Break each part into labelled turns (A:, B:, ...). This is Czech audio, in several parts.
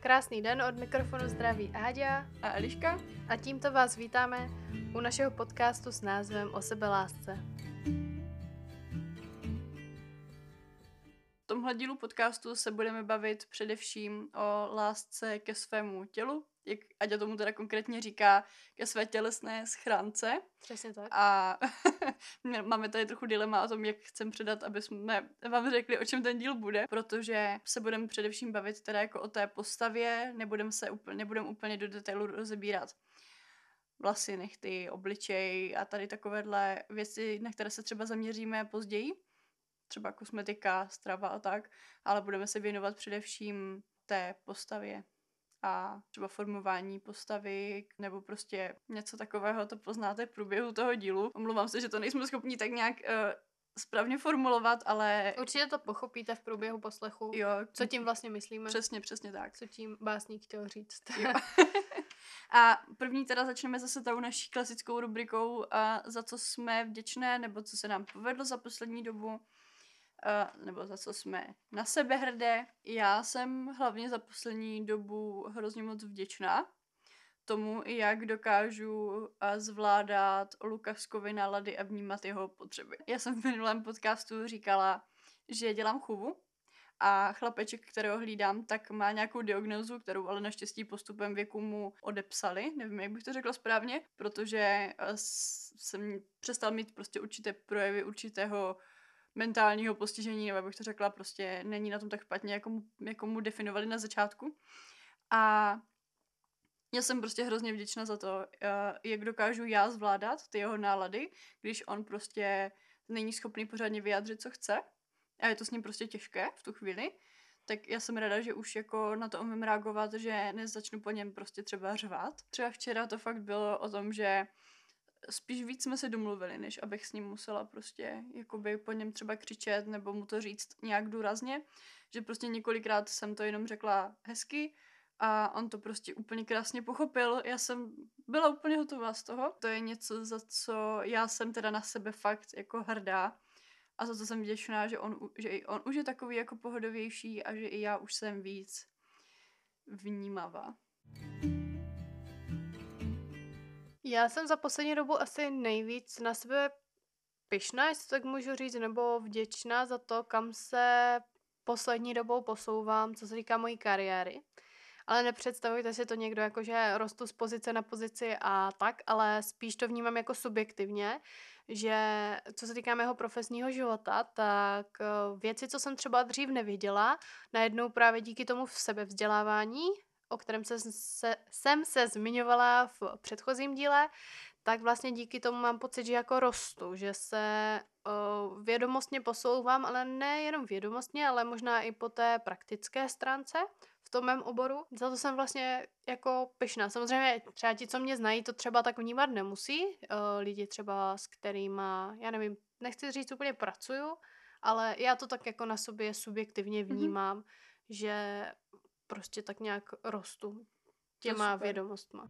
A: Krásný den, od mikrofonu zdraví Áďa
B: a Eliška
A: a tímto vás vítáme u našeho podcastu s názvem O sebelásce.
B: V tomhle dílu podcastu se budeme bavit především o lásce ke svému tělu, jak Aďa tomu teda konkrétně říká, ke své tělesné schránce.
A: Přesně tak.
B: A máme tady trochu dilema o tom, jak chcem předat, aby jsme vám řekli, o čem ten díl bude, protože se budeme především bavit teda jako o té postavě, nebudeme úplně do detailu rozebírat vlasy, nehty, obličej a tady takovéhle věci, na které se třeba zaměříme později, třeba kosmetika, strava a tak, ale budeme se věnovat především té postavě a třeba formování postavy nebo prostě něco takového, to poznáte v průběhu toho dílu. Omlouvám se, že to nejsme schopni tak nějak správně formulovat, ale...
A: Určitě to pochopíte v průběhu poslechu,
B: jo,
A: co tím vlastně myslíme.
B: Přesně tak.
A: Co tím básník chtěl říct.
B: Jo. A první teda začneme zase tou naší klasickou rubrikou, za co jsme vděčné, nebo co se nám povedlo za poslední dobu, nebo za co jsme na sebe hrdé. Já jsem hlavně za poslední dobu hrozně moc vděčná tomu, jak dokážu zvládat Lukaskovi nálady a vnímat jeho potřeby. Já jsem v minulém podcastu říkala, že dělám chůvu a chlapeček, kterého hlídám, tak má nějakou diagnózu, kterou ale naštěstí postupem věku mu odepsali. Nevím, jak bych to řekla správně, protože jsem přestal mít prostě určité projevy určitého mentálního postižení, nebo jak bych to řekla, prostě není na tom tak špatně, jako mu definovali na začátku. A já jsem prostě hrozně vděčná za to, jak dokážu já zvládat ty jeho nálady, když on prostě není schopný pořádně vyjádřit, co chce. A je to s ním prostě těžké v tu chvíli. Tak já jsem ráda, že už jako na to umím reagovat, že nezačnu po něm prostě třeba řvát. Třeba včera to fakt bylo o tom, že spíš víc jsme se domluvili, než abych s ním musela prostě jakoby po něm třeba křičet nebo mu to říct nějak důrazně, že prostě několikrát jsem to jenom řekla hezky a on to prostě úplně krásně pochopil. Já jsem byla úplně hotová z toho. To je něco, za co já jsem teda na sebe fakt jako hrdá a za to jsem vděčná, že i on už je takový jako pohodovější a že i já už jsem víc vnímavá.
A: Já jsem za poslední dobu asi nejvíc na sebe pyšná, jestli tak můžu říct, nebo vděčná za to, kam se poslední dobou posouvám, co se týká mojí kariéry. Ale nepředstavujte si to někdo jako, že rostu z pozice na pozici a tak, ale spíš to vnímám jako subjektivně, že co se týká mého profesního života, tak věci, co jsem třeba dřív neviděla, najednou právě díky tomu sebevzdělávání, o kterém jsem se zmiňovala v předchozím díle, tak vlastně díky tomu mám pocit, že jako rostu, že se vědomostně posouvám, ale nejenom vědomostně, ale možná i po té praktické stránce v tom mém oboru. Za to jsem vlastně jako pyšná. Samozřejmě třeba ti, co mě znají, to třeba tak vnímat nemusí. Lidi třeba, s kterýma, já nevím, nechci říct úplně pracuju, ale já to tak jako na sobě subjektivně vnímám, že prostě tak nějak rostu těma vědomostma.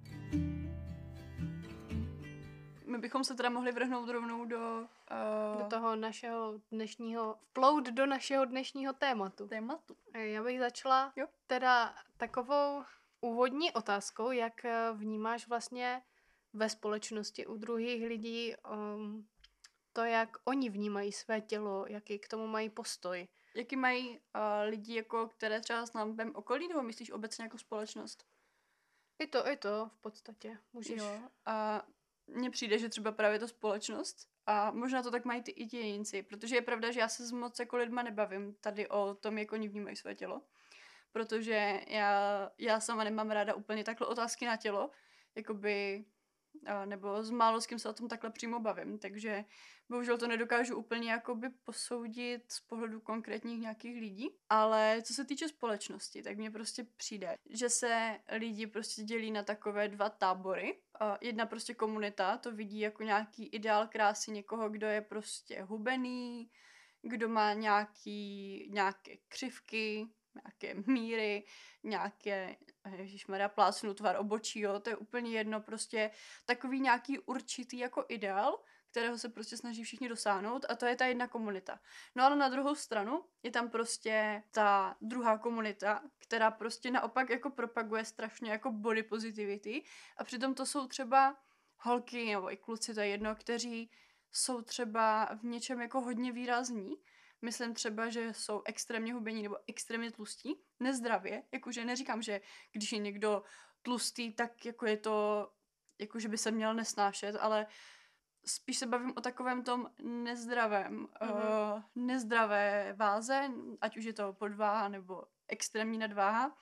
B: My bychom se teda mohli vrhnout rovnou do
A: toho našeho dnešního, vplout do našeho dnešního tématu. Já bych začala teda takovou úvodní otázkou, jak vnímáš vlastně ve společnosti u druhých lidí to, jak oni vnímají své tělo, jaký k tomu mají postoj.
B: Jaký mají lidi, jako které třeba znám v mém okolí, nebo myslíš obecně jako společnost?
A: I to v podstatě. Můžeš.
B: Jo. A mně přijde, že třeba právě to společnost a možná to tak mají i ti jedinci, protože je pravda, že já se moc jako lidma nebavím tady o tom, jak oni vnímají své tělo, protože já sama nemám ráda úplně takhle otázky na tělo, jakoby, nebo s málo s kým se o tom takhle přímo bavím, takže bohužel to nedokážu úplně jakoby posoudit z pohledu konkrétních nějakých lidí, ale co se týče společnosti, tak mně prostě přijde, že se lidi prostě dělí na takové dva tábory. Jedna prostě komunita to vidí jako nějaký ideál krásy někoho, kdo je prostě hubený, kdo má nějaké křivky, nějaké míry, nějaké, ježišmarja, plácnu tvar obočí, jo, to je úplně jedno, prostě takový nějaký určitý jako ideál, kterého se prostě snaží všichni dosáhnout a to je ta jedna komunita. No ale na druhou stranu je tam prostě ta druhá komunita, která prostě naopak jako propaguje strašně jako body positivity a přitom to jsou třeba holky nebo i kluci, to je jedno, kteří jsou třeba v něčem jako hodně výrazní. Myslím třeba, že jsou extrémně hubení nebo extrémně tlustí, nezdravě, jakože neříkám, že když je někdo tlustý, tak jako je to, jako že by se měl nesnášet, ale spíš se bavím o takovém tom nezdravé váze, ať už je to podváha nebo extrémní nadváha.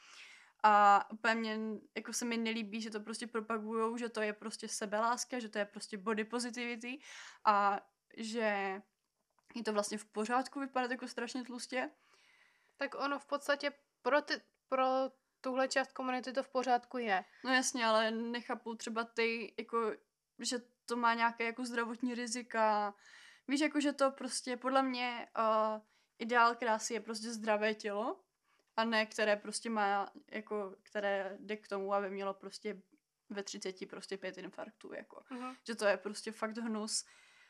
B: A úplně mě, jako se mi nelíbí, že to prostě propagujou, že to je prostě sebeláska, že to je prostě body positivity a že je to vlastně v pořádku vypadat jako strašně tlustě.
A: Tak ono v podstatě pro tuhle část komunity to v pořádku je.
B: No jasně, ale nechápu třeba ty, jako, že to má nějaké jako zdravotní rizika. Víš, jako, že to prostě podle mě ideál krásy je prostě zdravé tělo a ne, které prostě má, jako, které jde k tomu, aby mělo prostě ve 30 prostě 5 infarktů, jako.
A: Uh-huh.
B: Že to je prostě fakt hnus.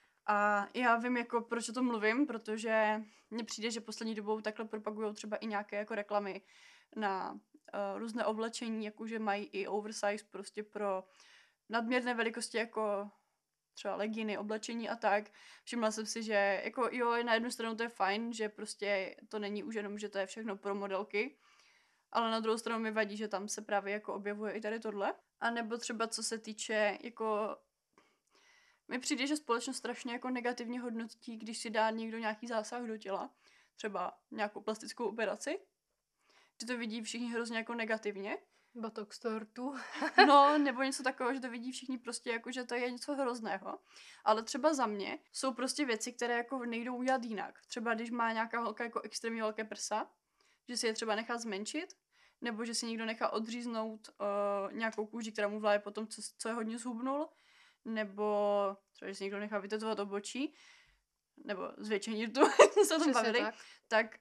B: A já vím, jako, proč o tom mluvím, protože mně přijde, že poslední dobou takhle propagují třeba i nějaké jako reklamy na různé oblečení, jakože mají i oversize prostě pro nadměrné velikosti, jako třeba legíny, oblečení a tak. Všimla jsem si, že jako jo, na jednu stranu to je fajn, že prostě to není už jenom, že to je všechno pro modelky, ale na druhou stranu mi vadí, že tam se právě jako objevuje i tady tohle. A nebo třeba co se týče jako mi přijde, že společnost strašně jako negativně hodnotí, když si dá někdo nějaký zásah do těla, třeba nějakou plastickou operaci, že to vidí všichni hrozně jako negativně.
A: Botox to rtu.
B: No, nebo něco takového, že to vidí všichni prostě jako, že to je něco hrozného. Ale třeba za mě jsou prostě věci, které jako nejdou udělat jinak. Třeba když má nějaká holka jako extrémně velké prsa, že si je třeba nechá zmenšit, nebo že si někdo nechá odříznout nějakou kůži, která mu vláje potom, co je hodně zhubnul, nebo třeba, že si někdo nechá vytetovat obočí, nebo zvětšení rtu, se o tom bavili, tak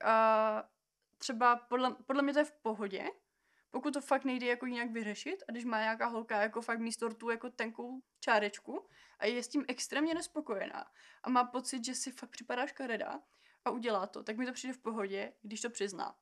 B: třeba podle mě to je v pohodě, pokud to fakt nejde jako jinak vyřešit a když má nějaká holka jako fakt místo rtu jako tenkou čárečku a je s tím extrémně nespokojená a má pocit, že si fakt připadá škaredá a udělá to, tak mi to přijde v pohodě, když to přizná.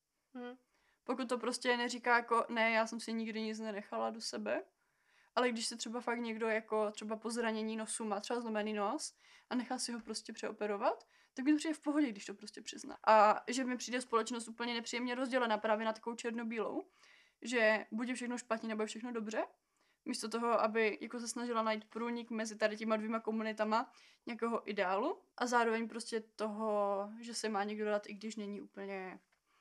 B: Pokud to prostě neříká jako, ne, já jsem si nikdy nic nenechala do sebe, ale když se třeba fakt někdo jako třeba po zranění nosu má třeba zlomený nos a nechá si ho prostě přeoperovat, tak mi to přijde v pohodě, když to prostě přizná. A že mi přijde společnost úplně nepříjemně rozdělená právě na takovou černobílou, že buď je všechno špatně, nebo je všechno dobře, místo toho, aby jako se snažila najít průnik mezi tady těma dvěma komunitama nějakého ideálu a zároveň prostě toho, že se má někdo dát, i když není úplně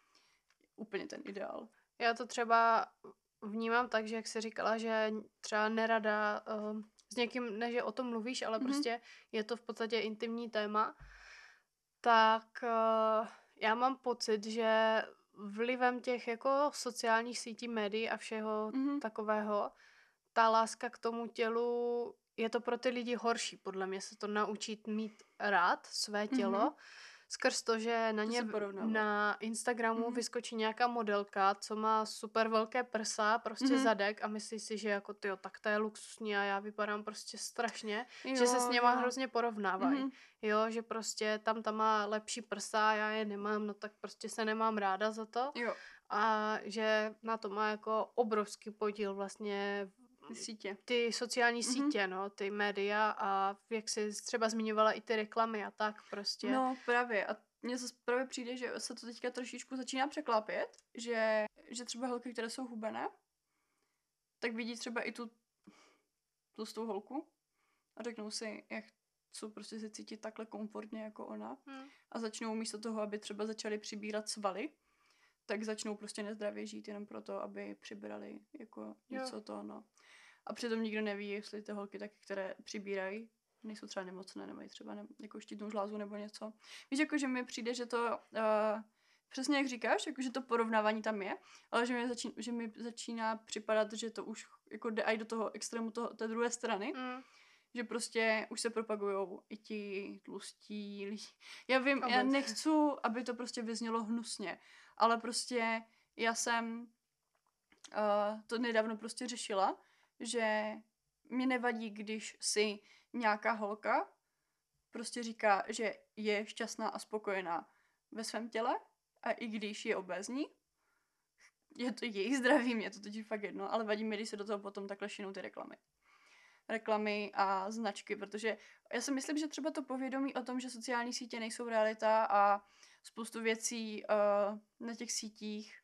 B: ten ideál.
A: Já to třeba vnímám tak, že jak jsi říkala, že třeba nerada s někým, ne, že o tom mluvíš, ale prostě je to v podstatě intimní téma, tak já mám pocit, že vlivem těch jako sociálních sítí, médií a všeho takového, ta láska k tomu tělu, je to pro ty lidi horší, podle mě se to naučit mít rád své tělo, skrz to, že na ně na Instagramu vyskočí nějaká modelka, co má super velké prsa, prostě zadek a myslí si, že jako tyjo, tak to je luxusní a já vypadám prostě strašně, že se s něma hrozně porovnávají. Jo, že prostě tam má lepší prsa a já je nemám, no tak prostě se nemám ráda za to.
B: Jo.
A: A že na to má jako obrovský podíl vlastně ty sociální sítě, no, ty média a jak jsi třeba zmiňovala i ty reklamy a tak prostě.
B: No právě a mně zase právě přijde, že se to teďka trošičku začíná překlápět, že třeba holky, které jsou hubené, tak vidí třeba i tu tlustou holku a řeknou si, jak jsou prostě se cítit takhle komfortně jako ona a začnou místo toho, aby třeba začali přibírat svaly, tak začnou prostě nezdravě žít jenom proto, aby přibrali jako něco to, no. A přitom nikdo neví, jestli ty holky taky, které přibírají, nejsou třeba nemocné, nemají třeba jako štítnou žlázu nebo něco. Víš, jako, že mi přijde, že to, přesně jak říkáš, jako, že to porovnávání tam je, ale že mi začíná připadat, že to už jako jde i do toho extrému té druhé strany, že prostě už se propagujou i ti tlustí lidi. Já vím, já nechci, aby to prostě vyznělo hnusně, ale prostě já jsem to nedávno prostě řešila, že mě nevadí, když si nějaká holka prostě říká, že je šťastná a spokojená ve svém těle a i když je obézní, je to jejich zdraví, mě to totiž fakt jedno, ale vadí mi, když se do toho potom takhle šinou ty reklamy a značky, protože já si myslím, že třeba to povědomí o tom, že sociální sítě nejsou realita a spoustu věcí na těch sítích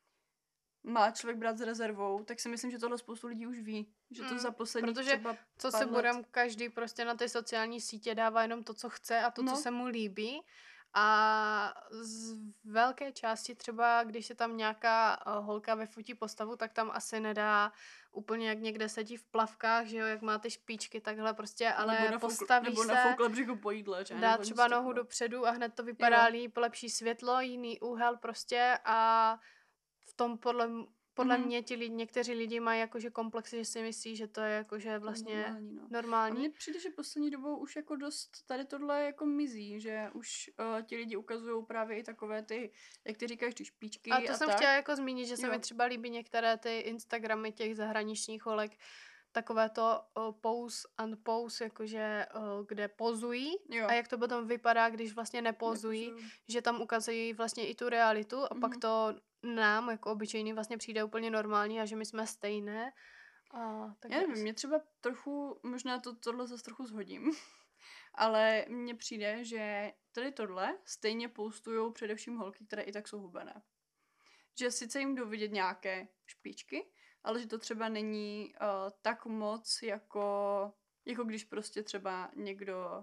B: má člověk brát s rezervou, tak si myslím, že tohle spoustu lidí už ví, že to za posledních
A: protože
B: třeba
A: co
B: pár
A: si
B: let.
A: budem, každý prostě na ty sociální sítě dává jenom to, co chce a to, co
B: No.
A: se mu líbí. A z velké části třeba, když se tam nějaká holka vyfotí postavu, tak tam asi nedá úplně jak někde sedí v plavkách, že jo, jak má ty špičky takhle prostě, ale postaví
B: nebo
A: se,
B: nafoukla břichu po jídle, že?
A: dá
B: Nebo
A: třeba
B: něco
A: nohu
B: takového.
A: dopředu a hned to vypadá
B: Jo.
A: líp, lepší světlo, jiný úhel prostě a v tom podle mě někteří lidi mají jakože komplexy, že si myslí, že to je jakože vlastně
B: normální, no. A
A: normální.
B: mně přijde, že poslední dobou už jako dost tady tohle jako mizí, že už ti lidi ukazují právě i takové ty, jak ty říkáš, ty špičky
A: A to jsem
B: tak.
A: chtěla jako zmínit, že se
B: Jo.
A: mi třeba líbí některé ty Instagramy těch zahraničních holek, takové to pose and pose, jakože kde pozují
B: Jo.
A: a jak to potom vypadá, když vlastně nepozují, že tam ukazují vlastně i tu realitu a pak to nám jako obyčejný vlastně přijde úplně normální a že my jsme stejné. A tak
B: Já nevím, mě třeba trochu, možná tohle zase trochu zhodím, ale mně přijde, že tady tohle stejně postujou především holky, které i tak jsou hubené. Že sice jim jdou vidět nějaké špičky, ale že to třeba není tak moc, jako když prostě třeba někdo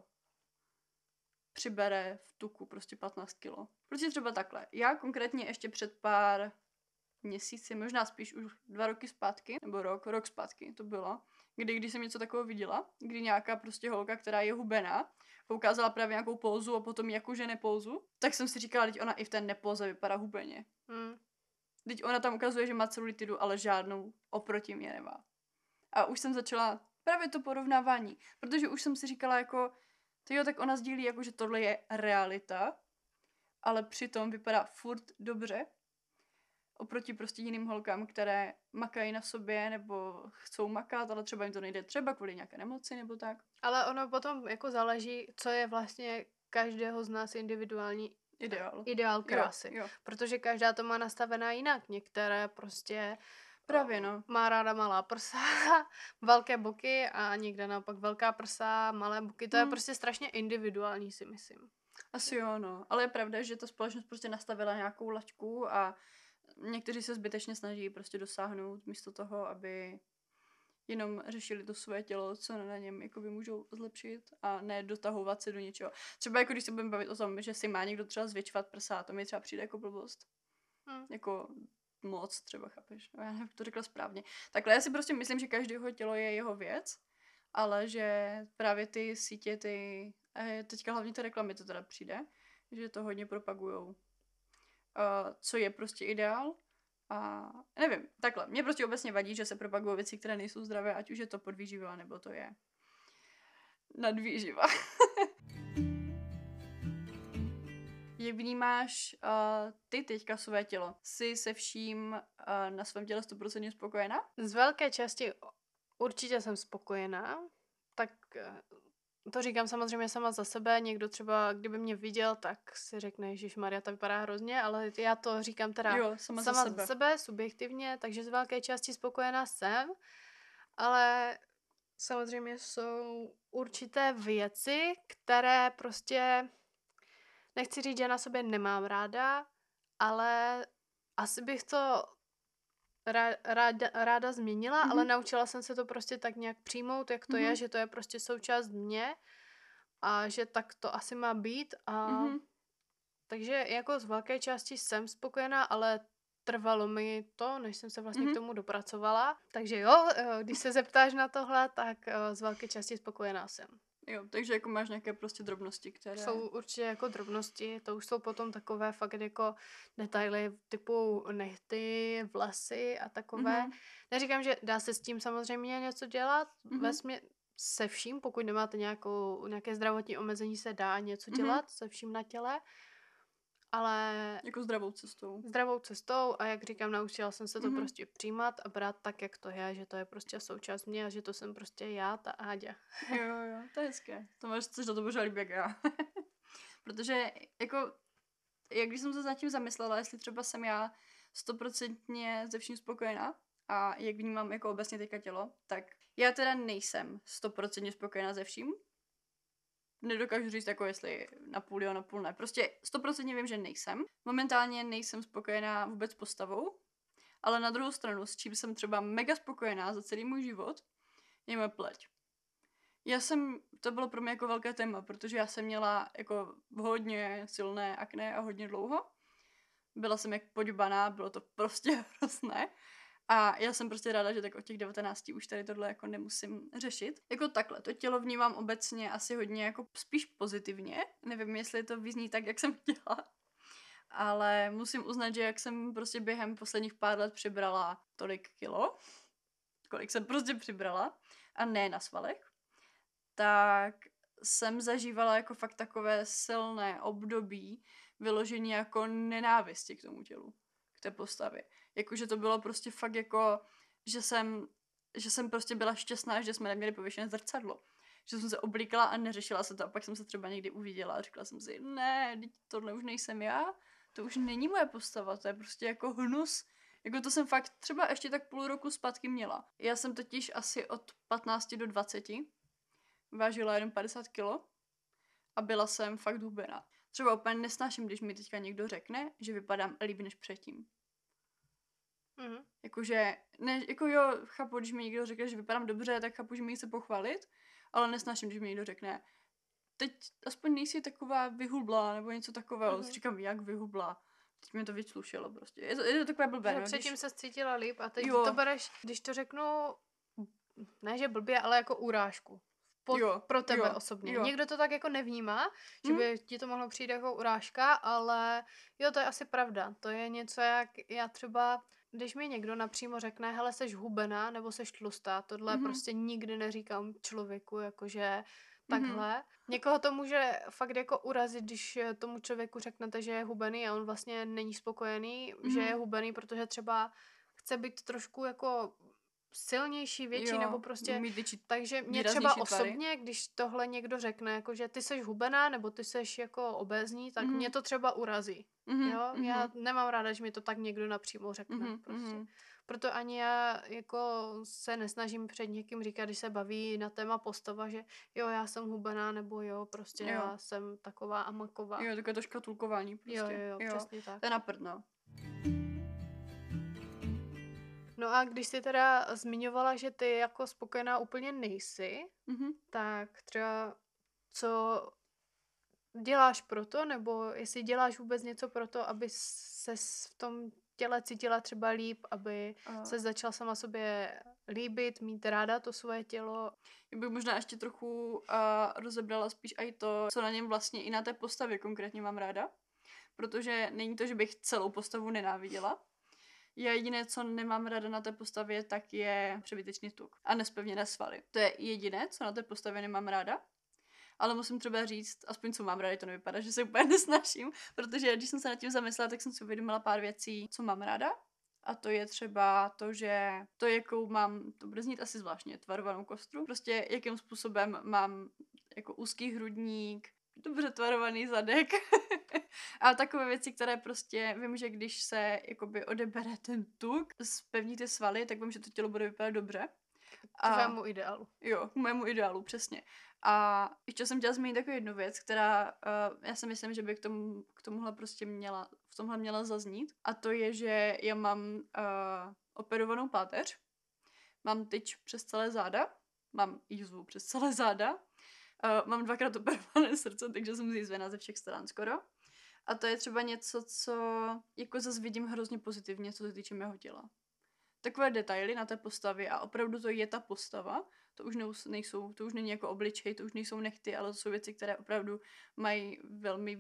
B: přibere v tuku prostě 15 kilo. Prostě třeba takhle. Já konkrétně ještě před pár měsíci, možná spíš už 2 roky zpátky, nebo rok zpátky to bylo, když jsem něco takového viděla, kdy nějaká prostě holka, která je hubená, ukázala právě nějakou pózu a potom jakože nepózu, tak jsem si říkala, teď ona i v té nepóze vypadá hubeně. Teď ona tam ukazuje, že má celulitidu, ale žádnou oproti mě nemá. A už jsem začala právě to porovnávání, protože už jsem si říkala jako, tyjo, tak ona sdílí jako, že tohle je realita, ale přitom vypadá furt dobře, oproti prostě jiným holkám, které makají na sobě nebo chcou makat, ale třeba jim to nejde třeba kvůli nějaké nemoci nebo tak.
A: Ale ono potom jako záleží, co je vlastně každého z nás individuální ideál krásy.
B: Jo.
A: Protože každá to má nastavená jinak. Některé prostě
B: právě no.
A: má ráda malá prsa, velké boky a někde naopak velká prsa, malé boky. To je prostě strašně individuální, si myslím.
B: Asi jo, no. Ale je pravda, že ta společnost prostě nastavila nějakou laťku a někteří se zbytečně snaží prostě dosáhnout místo toho, aby jenom řešili to své tělo, co na něm jakoby můžou zlepšit a ne dotahovat se do něčeho. Třeba jako když se budeme bavit o tom, že si má někdo třeba zvětšovat prsa, to mi třeba přijde jako blbost. Jako moc třeba, chápeš? Já nevím, jak to řekla správně. Takhle já si prostě myslím, že každého tělo je jeho věc, ale že právě ty sítě, teďka hlavně ty reklamy to teda přijde, že to hodně propagujou. Co je prostě ideál. A nevím, takhle. Mě prostě obecně vadí, že se propagují věci, které nejsou zdravé, ať už je to podvýživa, nebo to je nadvýživa. Jak vnímáš ty teďka své tělo? Jsi se vším na svém těle 100% spokojená?
A: Z velké části určitě jsem spokojená. Tak to říkám samozřejmě sama za sebe. Někdo třeba, kdyby mě viděl, tak si řekne, ježišmarja, to vypadá hrozně, ale já to říkám teda
B: sama
A: za sebe, subjektivně, takže z velké části spokojená jsem, ale samozřejmě jsou určité věci, které prostě, nechci říct, že na sobě nemám ráda, ale asi bych to ráda změnila, ale naučila jsem se to prostě tak nějak přijmout, jak to je, že to je prostě součást mě a že tak to asi má být a takže jako z velké části jsem spokojená, ale trvalo mi to, než jsem se vlastně k tomu dopracovala. Takže jo, když se zeptáš na tohle, tak z velké části spokojená jsem.
B: Jo, takže jako máš nějaké prostě drobnosti, které...
A: Jsou určitě jako drobnosti, to už jsou potom takové fakt jako detaily typu nehty, vlasy a takové. Neříkám, že dá se s tím samozřejmě něco dělat, se vším, pokud nemáte nějaké zdravotní omezení, se dá něco dělat se vším na těle, ale
B: Jako zdravou cestou.
A: zdravou cestou a jak říkám, naučila jsem se to
B: Mhm.
A: prostě přijímat a brát tak, jak to je, že to je prostě součást mě a že to jsem prostě já, ta Áďa.
B: Jo, to je hezké. To máš, což do toho možná líbí jak já. Protože jako, jak když jsem se nad tím zamyslela, jestli třeba jsem já 100% ze vším spokojená a jak vnímám jako obecně teďka tělo, tak já teda nejsem 100% spokojená ze vším. Nedokážu říct jako jestli na půl jo, na půl ne. Prostě 100% vím, že nejsem. Momentálně nejsem spokojená vůbec s postavou, ale na druhou stranu, s čím jsem třeba mega spokojená za celý můj život, je moje pleť. To bylo pro mě jako velké téma, protože já jsem měla jako hodně silné akné a hodně dlouho. Byla jsem jak poďbaná, bylo to prostě hrozné. A já jsem prostě ráda, že tak od těch 19 už tady tohle jako nemusím řešit. Jako takhle, to tělo vnímám obecně asi hodně jako spíš pozitivně. Nevím, jestli to vyzní tak, jak jsem chtěla. Ale musím uznat, že jak jsem prostě během posledních pár let přibrala tolik kilo, kolik jsem prostě přibrala, a ne na svalech, tak jsem zažívala jako fakt takové silné období vyložení jako nenávisti k tomu tělu, k té postavě. Jakože to bylo prostě fakt jako, že jsem prostě byla šťastná, že jsme neměli pověšené zrcadlo. Že jsem se oblíkala a neřešila se to a pak jsem se třeba někdy uviděla a říkala jsem si, ne, tohle už nejsem já, to už není moje postava, to je prostě jako hnus. Jako to jsem fakt třeba ještě tak půl roku zpátky měla. Já jsem totiž asi od 15 do 20 vážila jenom 50 kilo a byla jsem fakt hubená. Třeba úplně nesnáším, když mi teďka někdo řekne, že vypadám líp než předtím.
A: Mhm.
B: Jakože, ne, jako jo, chápu, když mi někdo řekne, že vypadám dobře, tak chápu, že mi chce pochválit, ale nesnáším, když mi někdo řekne, teď aspoň nejsi taková vyhublá, nebo něco takového.
A: Mhm.
B: Říkám, jak vyhublá? Teď mi to vyčlušilo prostě. Je to takové blbé,
A: Že
B: no,
A: předtím
B: když...
A: se cítila líp a teď
B: Jo.
A: to bereš, když to řeknu, ne že blbě, ale jako urážku. Pro tebe osobně.
B: Jo.
A: Někdo to tak jako nevnímá, že by ti to mohlo přijít jako urážka, ale jo, to je asi pravda. To je něco, jak já třeba, když mi někdo napřímo řekne, hele, seš hubená nebo seš tlustá, tohle prostě nikdy neříkám člověku, jakože takhle. Někoho to může fakt jako urazit, když tomu člověku řeknete, že je hubený a on vlastně není spokojený, že je hubený, protože třeba chce být trošku jako silnější, větší, nebo prostě,
B: mít větší,
A: takže mě třeba osobně, když tohle někdo řekne, jako že ty seš hubená, nebo ty seš jako obézní, tak mě to třeba urazí. Jo, já nemám ráda, že mi to tak někdo napřímo řekne, prostě. Proto ani já jako se nesnažím před někým říkat, když se baví na téma postava, že jo, já jsem hubená, nebo jo, prostě já jsem taková a maková.
B: Jo, takové to škatulkování prostě.
A: Jo, přesně tak.
B: To je naprd,
A: No a když jsi teda zmiňovala, že ty jako spokojená úplně nejsi, tak třeba co děláš proto, nebo jestli děláš vůbec něco proto, aby ses v tom těle cítila třeba líp, aby se začala sama sobě líbit, mít ráda to svoje tělo.
B: Já bych možná ještě trochu rozebrala spíš i to, co na něm vlastně i na té postavě konkrétně mám ráda. Protože není to, že bych celou postavu nenáviděla. Já jediné, co nemám ráda na té postavě, tak je přebytečný tuk a nespevněné svaly. To je jediné, co na té postavě nemám ráda. Ale musím třeba říct, aspoň co mám ráda, to nevypadá, že se úplně nesnažím, protože když jsem se nad tím zamyslela, tak jsem si uvědomila pár věcí, co mám ráda. A to je třeba to, že to, jakou mám, to bude znít asi zvláštně, tvarovanou kostru. Prostě jakým způsobem mám jako úzký hrudník, dobře tvarovaný zadek. A takové věci, které prostě vím, že když se jakoby odebere ten tuk, zpevní ty svaly, tak vím, že to tělo bude vypadat dobře.
A: K tvému ideálu.
B: Jo, k mému ideálu, přesně. A ještě jsem chtěla zmínit takovou jednu věc, která já si myslím, že by k tomuhle prostě v tomhle měla zaznít. A to je, že já mám operovanou páteř, mám tyč přes celé záda, mám jízvu přes celé záda, mám 2krát operované srdce, takže jsem zjízvená ze všech stran skoro. A to je třeba něco, co jako zase vidím hrozně pozitivně, co se týče mého těla. Takové detaily na té postavě a opravdu to je ta postava, to už nejsou, to už není jako obličej, to už nejsou nehty, ale to jsou věci, které opravdu mají velmi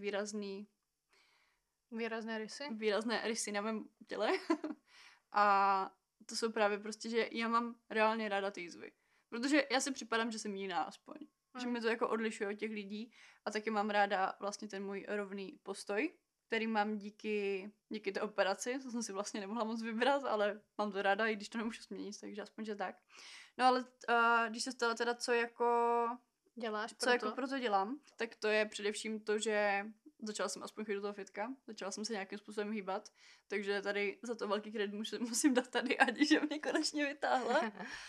B: výrazné rysy na mém těle. A to jsou právě prostě, že já mám reálně ráda ty jízvy. Protože já si připadám, že jsem jiná aspoň. Že mi to jako odlišuje od těch lidí a taky mám ráda vlastně ten můj rovný postoj. který mám díky té operaci, co jsem si vlastně nemohla moc vybrat, ale mám to ráda, i když to nemůžu změnit, takže aspoň, že tak. No ale když se stala teda, co
A: Děláš
B: jako
A: proto?
B: proto dělám, tak to je především to, že začala jsem aspoň chodit do toho fitka, začala jsem se nějakým způsobem hýbat, takže tady za to velký kredit musím dát tady Adi, že mě konečně vytáhla.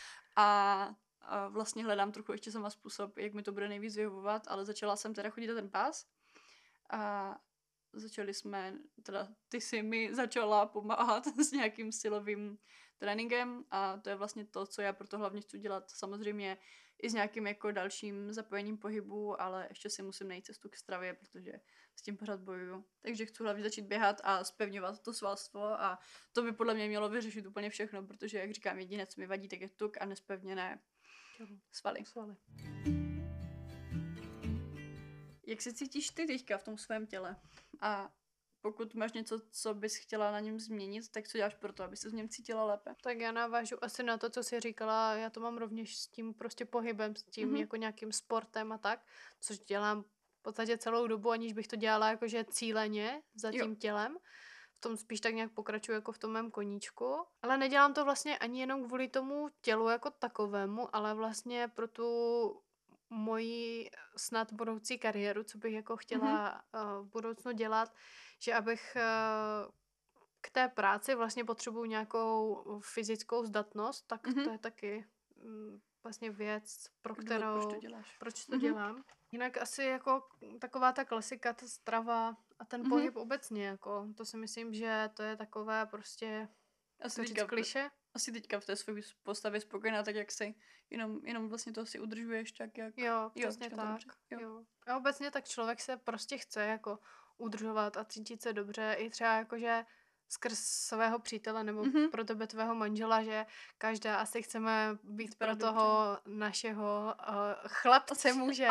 B: A vlastně hledám trochu ještě sama způsob, jak mi to bude nejvíc vyhovovat, ale začala jsem teda chodit na ten pás a začali jsme, teda ty si mi začala pomáhat s nějakým silovým tréninkem a to je vlastně to, co já proto hlavně chci dělat. Samozřejmě i s nějakým jako dalším zapojením pohybu, ale ještě si musím najít cestu k stravě, protože s tím pořád bojuju. Takže chci hlavně začít běhat a zpevňovat to svalstvo a to by podle mě mělo vyřešit úplně všechno, protože jak říkám, jediné, co mi vadí, tak je tuk a nespevněné svaly. Jak se cítíš ty teďka v tom svém těle? A pokud máš něco, co bys chtěla na něm změnit, tak co děláš pro to, aby se v něm cítila lépe?
A: Tak já navážu asi na to, co jsi říkala, já to mám rovněž s tím prostě pohybem, s tím jako nějakým sportem a tak, což dělám v podstatě celou dobu, aniž bych to dělala jakože cíleně za tím tělem. V tom spíš tak nějak pokračuji jako v tom mém koníčku. Ale nedělám to vlastně ani jenom kvůli tomu tělu jako takovému, ale vlastně pro tu moji snad budoucí kariéru, co bych jako chtěla v budoucnu dělat, že abych k té práci vlastně potřebuji nějakou fyzickou zdatnost, tak to je taky vlastně věc, pro kterou...
B: Proč to děláš?
A: Proč to dělám. Jinak asi jako taková ta klasika, ta strava a ten pohyb obecně, jako to si myslím, že to je takové prostě klišé.
B: Asi teďka v té své postavě spokojená, tak jak jsi, jenom vlastně to si udržuješ tak, jak...
A: Jo, přesně tak. Jo. A obecně tak člověk se prostě chce jako udržovat a cítit se dobře, i třeba jakože skrz svého přítele nebo pro tebe tvého manžela, že každá asi chceme být pro toho našeho chlapce muže.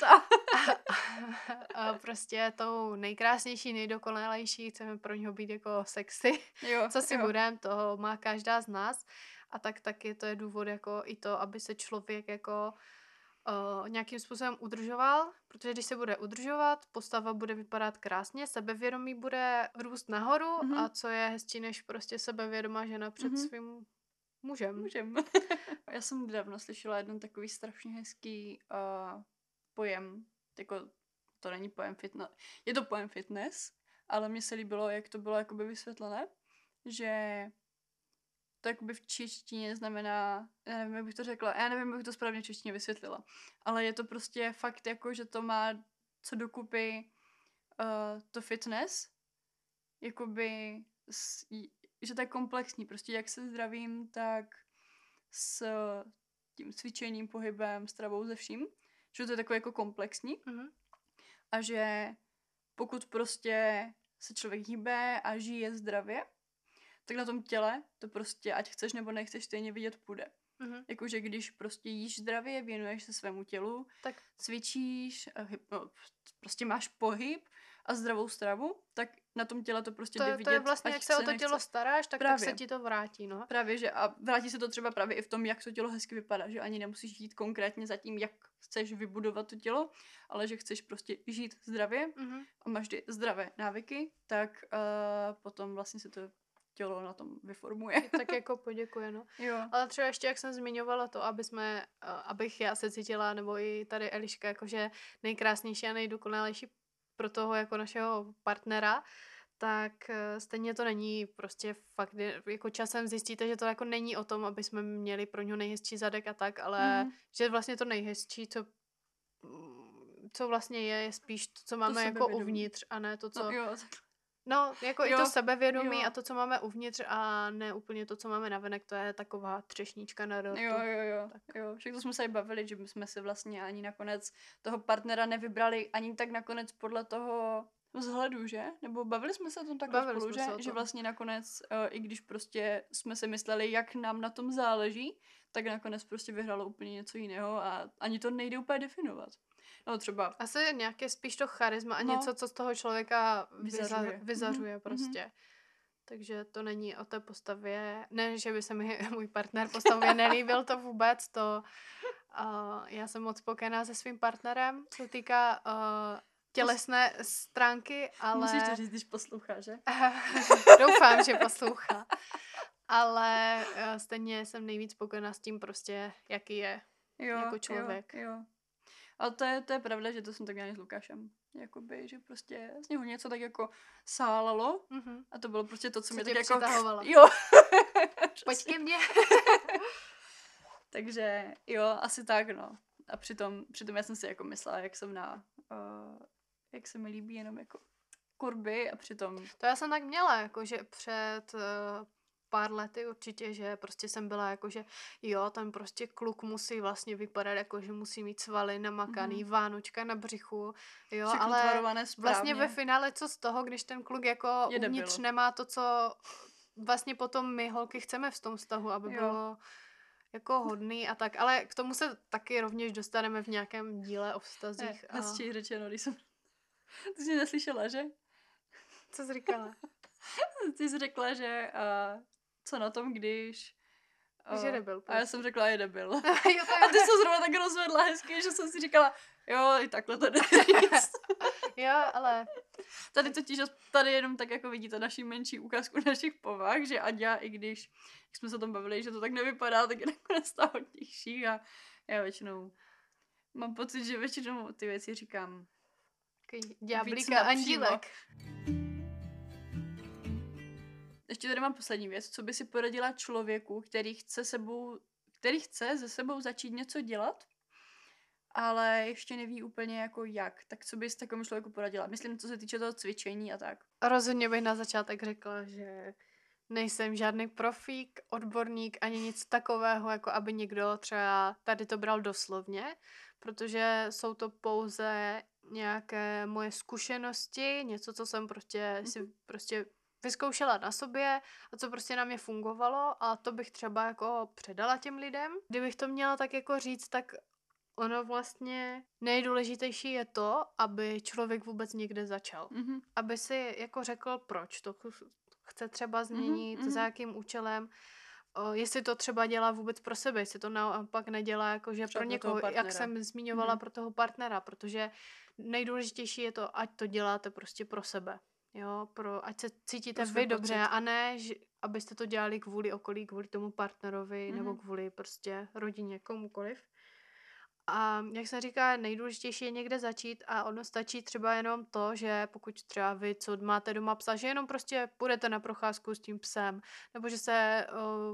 A: A prostě tou nejkrásnější, nejdokonalejší, chceme pro něho být jako sexy. Co si budem, to má každá z nás. A tak taky to je důvod jako i to, aby se člověk jako nějakým způsobem udržoval, protože když se bude udržovat, postava bude vypadat krásně, sebevědomí bude růst nahoru a co je hezčí než prostě sebevědomá žena před svým mužem.
B: Já jsem nedávno slyšela jeden takový strašně hezký pojem, jako to není pojem fitness, je to pojem fitness, ale mně se líbilo, jak to bylo jakoby vysvětlené, že to jakoby v češtině znamená, já nevím, jak bych to řekla, já nevím, jak bych to správně v češtině vysvětlila, ale je to prostě fakt jako, že to má co dokupy to fitness, jakoby, že to je komplexní, prostě jak se zdravím, tak s tím cvičením, pohybem, stravou, ze vším, že to je takové jako komplexní a že pokud prostě se člověk hýbe a žije zdravě, tak na tom těle to prostě, ať chceš nebo nechceš, stejně vidět půjde. Jakože když prostě jíš zdravě, věnuješ se svému tělu, tak cvičíš, prostě máš pohyb a zdravou stravu, tak na tom těle to prostě jde vidět.
A: To je vlastně, jak se o to tělo staráš, tak se ti to vrátí. No.
B: Právě, že a vrátí se to třeba právě i v tom, jak to tělo hezky vypadá, že ani nemusíš jít konkrétně za tím, jak chceš vybudovat to tělo, ale že chceš prostě žít zdravě a máš zdravé návyky, tak potom vlastně se to tělo na tom vyformuje.
A: Tak jako poděkuje, no.
B: Jo.
A: Ale třeba ještě, jak jsem zmiňovala to, abych já se cítila, nebo i tady Eliška, jakože nejkrásnější a nejdokonalejší pro toho jako našeho partnera, tak stejně to není prostě fakt, jako časem zjistíte, že to jako není o tom, aby jsme měli pro něho nejhezčí zadek a tak, ale že vlastně to nejhezčí, co vlastně je spíš to, co máme jako uvnitř a ne to, co... No, jako i to sebevědomí a to, co máme uvnitř a ne úplně to, co máme navenek, to je taková třešnička na dortu.
B: Jo. Všechno jsme se bavili, že jsme si vlastně ani nakonec toho partnera nevybrali ani tak nakonec podle toho vzhledu, že? Nebo bavili jsme se o tom takhle spolu, že vlastně nakonec, i když prostě jsme si mysleli, jak nám na tom záleží, tak nakonec prostě vyhralo úplně něco jiného a ani to nejde úplně definovat. No třeba...
A: Asi nějaké spíš to charisma a něco, co z toho člověka vyzařuje prostě. Takže to není o té postavě, ne, že by se mi můj partner postavě nelíbil, to vůbec, to já jsem moc spokojená se svým partnerem, co týká tělesné stránky, ale...
B: Musíš to říct, když poslouchá, že?
A: Doufám, že poslouchá. Ale stejně jsem nejvíc spokojená s tím prostě, jaký je jako člověk.
B: Jo. Ale to je pravda, že to jsem tak měla s Lukášem. Jakoby, že prostě z něho něco tak jako sálalo a to bylo prostě to, co mě tak jako...
A: přitahovalo.
B: Jo.
A: Pojď ke mně.
B: Takže jo, asi tak, no. A přitom já jsem si jako myslela, jak se mi líbí jenom jako kurby a přitom...
A: To já jsem tak měla, jakože před pár lety určitě, že prostě jsem byla jakože jo, ten prostě kluk musí vlastně vypadat jako, že musí mít svaly namakaný, vánočka na břichu, jo,
B: všechno
A: ale
B: tvarované správně.
A: vlastně ve finále co z toho, když ten kluk jako
B: Je
A: uvnitř
B: debil.
A: nemá to, co vlastně potom my holky chceme v tom vztahu, aby bylo jako hodný a tak, ale k tomu se taky rovněž dostaneme v nějakém díle o vztazích.
B: Hezčí řečeno, když jsem... Ty jsi neslyšela, že?
A: Co jsi říkala?
B: Ty jsi řekla, že co na tom, když...
A: Že debil.
B: A já jsem řekla, je debil.
A: Jo,
B: A ty se zrovna tak rozvedla hezky, že jsem si říkala, jo, i takhle to jde říct.
A: Jo, ale...
B: Tady jenom tak jako vidíte naši menší ukázku našich povah, že Aďa, i když jsme se o tom bavili, že to tak nevypadá, tak je nakonec ta hodnější a já většinou mám pocit, že většinou ty věci říkám
A: ďáblík a andílek.
B: Ještě tady mám poslední věc. Co by si poradila člověku, který chce se sebou začít něco dělat, ale ještě neví úplně jako jak. Tak co bys takovému člověku poradila? Myslím, co se týče toho cvičení a tak.
A: Rozhodně bych na začátek řekla, že nejsem žádný profík, odborník, ani nic takového, jako aby někdo třeba tady to bral doslovně, protože jsou to pouze nějaké moje zkušenosti, něco, co jsem prostě vyzkoušela na sobě a co prostě na mě fungovalo a to bych třeba jako předala těm lidem. Kdybych to měla tak jako říct, tak ono vlastně nejdůležitější je to, aby člověk vůbec někde začal. Aby si jako řekl, proč to chce třeba změnit, za jakým účelem, jestli to třeba dělá vůbec pro sebe, jestli to naopak nedělá jakože pro někoho, jak jsem zmiňovala pro toho partnera, protože nejdůležitější je to, ať to děláte prostě pro sebe. Jo, ať se cítíte vy dobře a ne, abyste to dělali kvůli okolí, kvůli tomu partnerovi nebo kvůli prostě rodině, komukoliv. A jak jsem říká, nejdůležitější je někde začít a ono stačí třeba jenom to, že pokud třeba vy, co máte doma psa, že jenom prostě půjdete na procházku s tím psem, nebo že se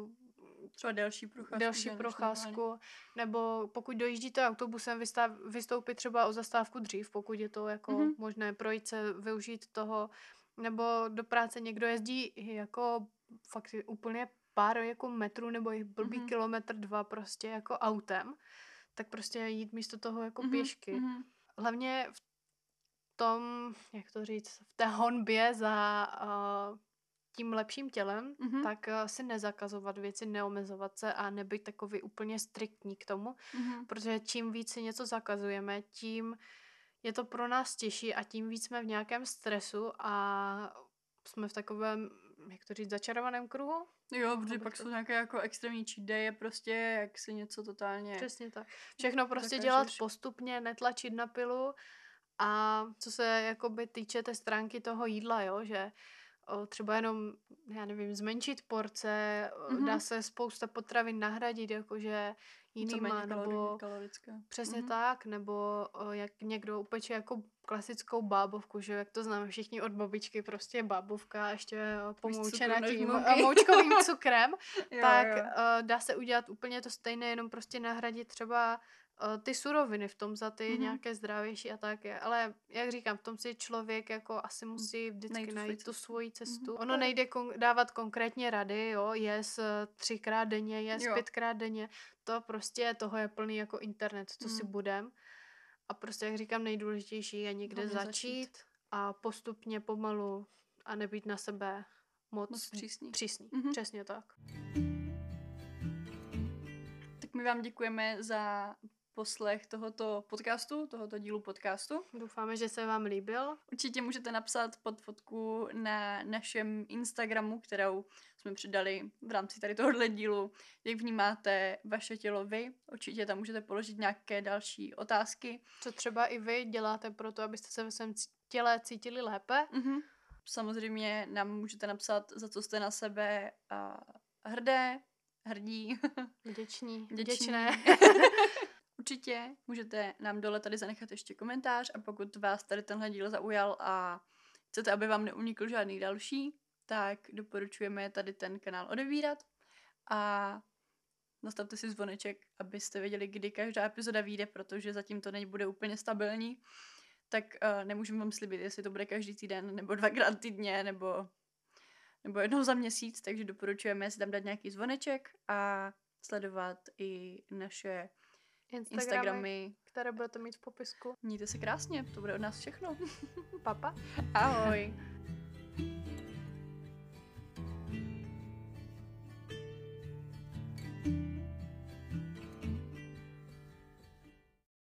B: třeba delší
A: procházku, nebo pokud dojíždíte autobusem, vystoupit třeba o zastávku dřív, pokud je to jako možné, projít se, využít toho, nebo do práce někdo jezdí jako fakt úplně pár jako metrů nebo i blbý kilometr 2 prostě jako autem, tak prostě jít místo toho jako pěšky. Hlavně v tom, jak to říct, v té honbě za tím lepším tělem, tak si nezakazovat věci, neomezovat se a nebyt takový úplně striktní k tomu, protože čím víc si něco zakazujeme, tím je to pro nás těžší a tím víc jsme v nějakém stresu a jsme v takovém, jak to říct, začarovaném kruhu.
B: Jo, protože pak jsou nějaké jako extrémní cheat day, prostě jak si něco totálně...
A: Přesně tak. Všechno prostě dělat postupně, netlačit na pilu a co se jakoby týče té stránky toho jídla, jo, že třeba jenom, já nevím, zmenšit porce, dá se spousta potravin nahradit, jakože jinýma, nebo
B: kalorické.
A: Přesně tak, nebo jak někdo upeče jako klasickou bábovku, že jak to známe všichni od babičky, prostě bábovka ještě pomoučená tím moučkovým cukrem, tak dá se udělat úplně to stejné, jenom prostě nahradit třeba ty suroviny v tom za ty nějaké zdravější a tak. Ale jak říkám, v tom si člověk jako asi musí vždycky najít tu svoji cestu. Ono nejde dávat konkrétně rady, jo, jes 3krát denně, jes 5krát denně. To prostě toho je plný jako internet, co si budem. A prostě, jak říkám, nejdůležitější je někde začít a postupně pomalu a nebýt na sebe moc přísný. Přesně tak.
B: Tak my vám děkujeme za poslech tohoto dílu podcastu.
A: Doufáme, že se vám líbil.
B: Určitě můžete napsat pod fotku na našem Instagramu, kterou jsme přidali v rámci tady tohohle dílu, jak vnímáte vaše tělo vy. Určitě tam můžete položit nějaké další otázky.
A: Co třeba i vy děláte pro to, abyste se ve svém těle cítili lépe.
B: Mhm. Samozřejmě nám můžete napsat, za co jste na sebe hrdí,
A: Vděčné.
B: Určitě můžete nám dole tady zanechat ještě komentář a pokud vás tady tenhle díl zaujal a chcete, aby vám neunikl žádný další, tak doporučujeme tady ten kanál odebírat a nastavte si zvoneček, abyste věděli, kdy každá epizoda vyjde, protože zatím to nebude úplně stabilní, tak nemůžeme vám slibit, jestli to bude každý týden, nebo 2krát týdně, nebo jednou za měsíc, takže doporučujeme si tam dát nějaký zvoneček a sledovat i naše Instagramy,
A: které budete mít v popisku.
B: Mějte se krásně, to bude od nás všechno.
A: Papa.
B: Ahoj.